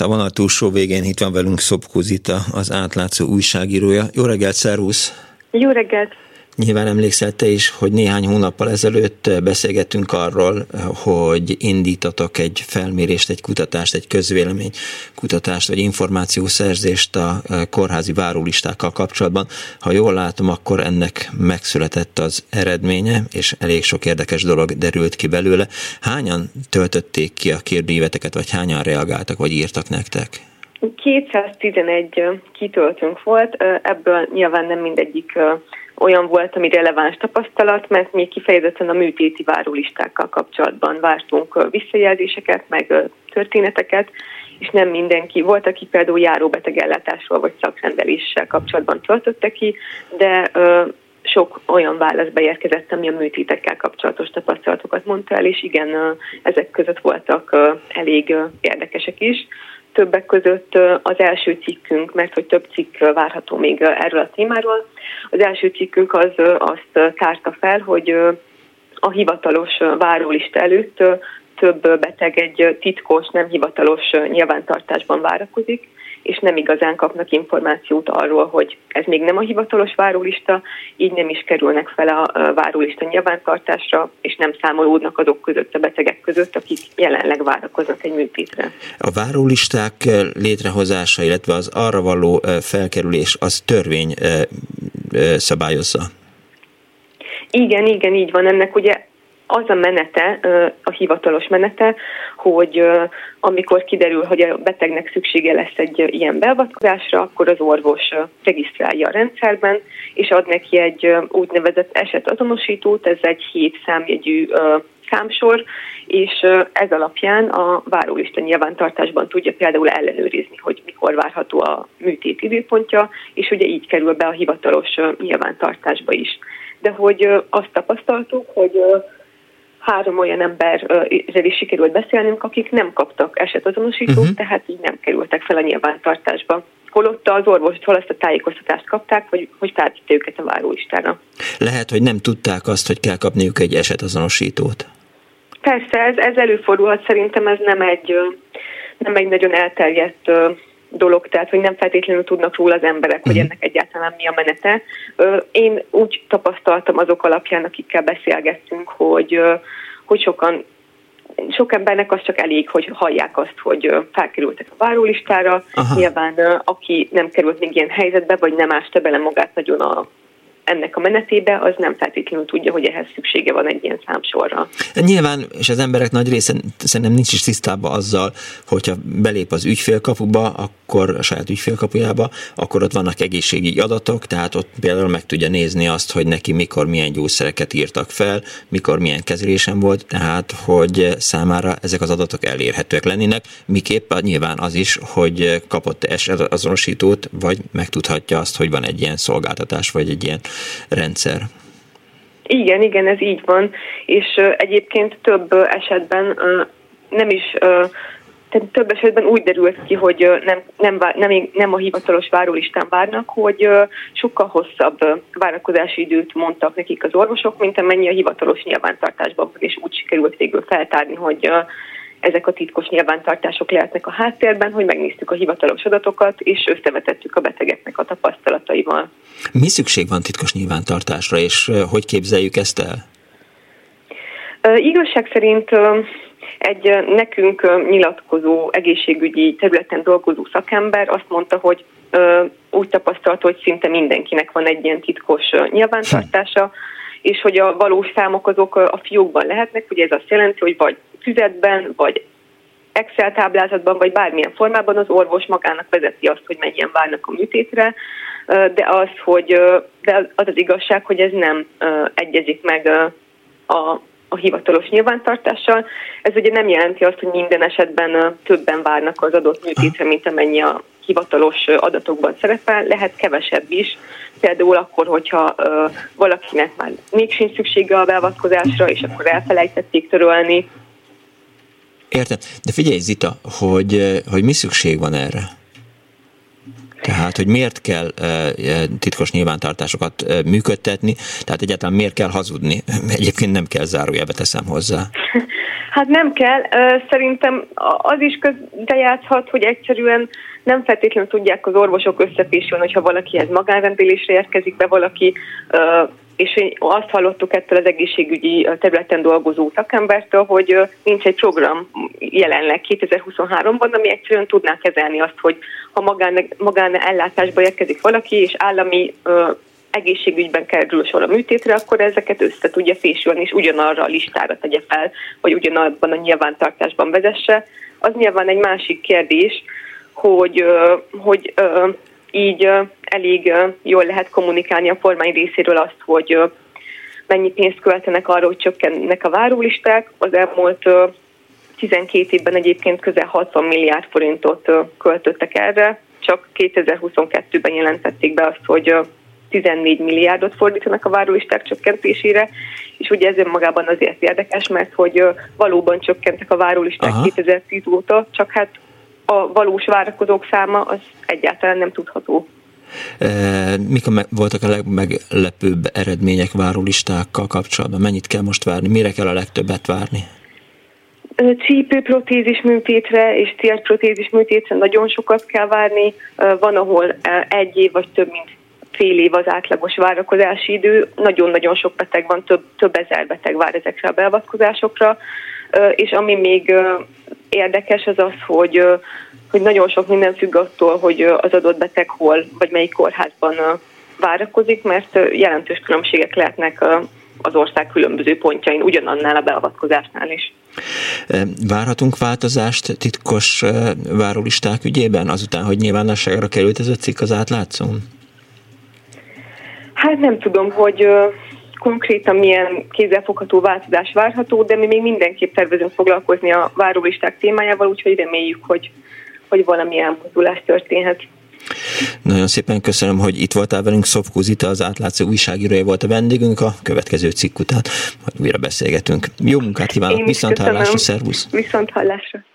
A vonal túlsó végén itt van velünk Szopkó Zita, az Átlátszó újságírója. Jó reggelt, szervusz! Jó reggelt! Nyilván emlékszel te is, hogy néhány hónappal ezelőtt beszélgettünk arról, hogy indítatok egy felmérést, egy kutatást, egy közvéleménykutatást, vagy információszerzést a kórházi várólistákkal kapcsolatban. Ha jól látom, akkor ennek megszületett az eredménye, és elég sok érdekes dolog derült ki belőle. Hányan töltötték ki a kérdőíveteket, vagy hányan reagáltak, vagy írtak nektek? 211 kitöltünk volt, ebből nyilván nem mindegyik olyan volt, ami releváns tapasztalat, mert mi kifejezetten a műtéti várólistákkal kapcsolatban vártunk visszajelzéseket, meg történeteket, és nem mindenki. Volt, aki például járóbetegellátásról vagy szakrendeléssel kapcsolatban töltötte ki, de sok olyan válasz beérkezett, ami a műtétekkel kapcsolatos tapasztalatokat mondta el, és igen, ezek között voltak elég érdekesek is. Többek között az első cikkünk, mert hogy több cikk várható még erről a témáról. Az első cikkünk az azt tárta fel, hogy a hivatalos várólista előtt több beteg egy titkos, nem hivatalos nyilvántartásban várakozik, és nem igazán kapnak információt arról, hogy ez még nem a hivatalos várólista, így nem is kerülnek fel a várólista nyilvántartásra, és nem számolódnak azok között, a betegek között, akik jelenleg várakoznak egy műtétre. A várólisták létrehozása, illetve az arra való felkerülés, az törvény szabályozza? Igen, így van. Ennek ugye az a menete, a hivatalos menete, hogy amikor kiderül, hogy a betegnek szüksége lesz egy ilyen beavatkozásra, akkor az orvos regisztrálja a rendszerben, és ad neki egy úgynevezett esetazonosítót, ez egy 7 számjegyű számsor, és ez alapján a várólista nyilvántartásban tudja például ellenőrizni, hogy mikor várható a műtét időpontja, és ugye így kerül be a hivatalos nyilvántartásba is. De hogy azt tapasztaltuk, hogy 3 olyan emberrel is sikerült beszélnünk, akik nem kaptak esetazonosítót, tehát így nem kerültek fel a nyilvántartásba. Holott az orvostól azt a tájékoztatást kapták, hogy felvitte őket a várólistára. Lehet, hogy nem tudták azt, hogy kell kapniuk egy esetazonosítót. Persze, ez előfordulhat, szerintem ez nem egy nagyon elterjedt dolog, tehát hogy nem feltétlenül tudnak róla az emberek, hogy ennek egyáltalán mi a menete. Én úgy tapasztaltam azok alapján, akikkel beszélgettünk, hogy sok embernek az csak elég, hogy hallják azt, hogy felkerültek a várólistára. Aha. Nyilván aki nem került még ilyen helyzetbe, vagy nem ásta bele magát nagyon ennek a menetébe, az nem feltétlenül tudja, hogy ehhez szüksége van egy ilyen számsorra. Nyilván, és az emberek nagy része szerintem nincs is tisztában azzal, hogyha belép az ügyfélkapuba, akkor a saját ügyfélkapujába, akkor ott vannak egészségügyi adatok, tehát ott például meg tudja nézni azt, hogy neki mikor milyen gyógyszereket írtak fel, mikor milyen kezelésen volt, tehát hogy számára ezek az adatok elérhetőek lennének, miképp nyilván az is, hogy kapott esetazonosítót, vagy megtudhatja azt, hogy van egy ilyen szolgáltatás, vagy egy ilyen rendszer. Igen, ez így van, és egyébként több esetben több esetben úgy derült ki, hogy nem a hivatalos várólistán várnak, hogy sokkal hosszabb várakozási időt mondtak nekik az orvosok, mint amennyi a hivatalos nyilvántartásban van, és úgy sikerült végül feltárni, hogy ezek a titkos nyilvántartások lehetnek a háttérben, hogy megnéztük a hivatalos adatokat, és összevetettük a betegeknek a tapasztalataival. Mi szükség van titkos nyilvántartásra, és hogy képzeljük ezt el? Igazság szerint egy nekünk nyilatkozó, egészségügyi területen dolgozó szakember azt mondta, hogy úgy tapasztalta, hogy szinte mindenkinek van egy ilyen titkos nyilvántartása, és hogy a valós számok azok a fiókban lehetnek, ugye ez azt jelenti, hogy vagy füzetben, vagy Excel táblázatban, vagy bármilyen formában az orvos magának vezeti azt, hogy mennyien várnak a műtétre, de az az igazság, hogy ez nem egyezik meg a hivatalos nyilvántartással. Ez ugye nem jelenti azt, hogy minden esetben többen várnak az adott műtétre, mint amennyi a hivatalos adatokban szerepel, lehet kevesebb is, például akkor, hogyha valakinek már még sincs szüksége a beavatkozásra, és akkor elfelejtették törölni. Értem, de figyelj Zita, hogy mi szükség van erre? Tehát, hogy miért kell titkos nyilvántartásokat működtetni, tehát egyáltalán miért kell hazudni? Egyébként nem kell, zárójelbe teszem hozzá. Hát nem kell. Szerintem az is közrejátszhat, hogy egyszerűen nem feltétlenül tudják az orvosok összefésülni, hogyha valakihez magánrendelésre érkezik be valaki, és azt hallottuk ettől az egészségügyi területen dolgozó szakembertől, hogy nincs egy program jelenleg 2023-ban, ami egyszerűen tudná kezelni azt, hogy ha magánellátásba érkezik valaki, és állami egészségügyben kerül sor a műtétre, akkor ezeket össze tudja fésülni, és ugyanarra a listára tegye fel, vagy ugyanabban a nyilvántartásban vezesse. Az nyilván egy másik kérdés, hogy így elég jól lehet kommunikálni a kormány részéről azt, hogy mennyi pénzt költenek arra, hogy csökkennek a várólisták. Az elmúlt 12 évben egyébként közel 60 milliárd forintot költöttek erre, csak 2022-ben jelentették be azt, hogy 14 milliárdot fordítanak a várólisták csökkentésére, és ugye ez önmagában azért érdekes, mert hogy valóban csökkentek a várólisták 2010 óta, csak hát a valós várakozók száma az egyáltalán nem tudható. Mik voltak a legmeglepőbb eredmények várólistákkal kapcsolatban? Mennyit kell most várni? Mire kell a legtöbbet várni? Csípőprotézis műtétre és térprotézis műtétre nagyon sokat kell várni. Van, ahol 1 év vagy több mint fél év az átlagos várakozási idő. Nagyon-nagyon sok beteg van, több ezer beteg vár ezekre a beavatkozásokra. És ami még érdekes az az, hogy nagyon sok minden függ attól, hogy az adott beteg hol, vagy melyik kórházban várakozik, mert jelentős különbségek lehetnek az ország különböző pontjain, ugyanannál a beavatkozásnál is. Várhatunk változást titkos várólisták ügyében, azután, hogy nyilvánosságra került ez a cikk az Átlátszón? Hát nem tudom, hogy konkrétan milyen kézzelfogható változás várható, de mi még mindenképp tervezünk foglalkozni a várólisták témájával, úgyhogy reméljük, hogy valami elmozdulás történhet. Nagyon szépen köszönöm, hogy itt voltál velünk. Szopkó Zita, az Átlátszó újságírója volt a vendégünk, a következő cikk után majd újra beszélgetünk. Jó munkát kívánok, viszonthallásra, szervusz! Viszonthallásra!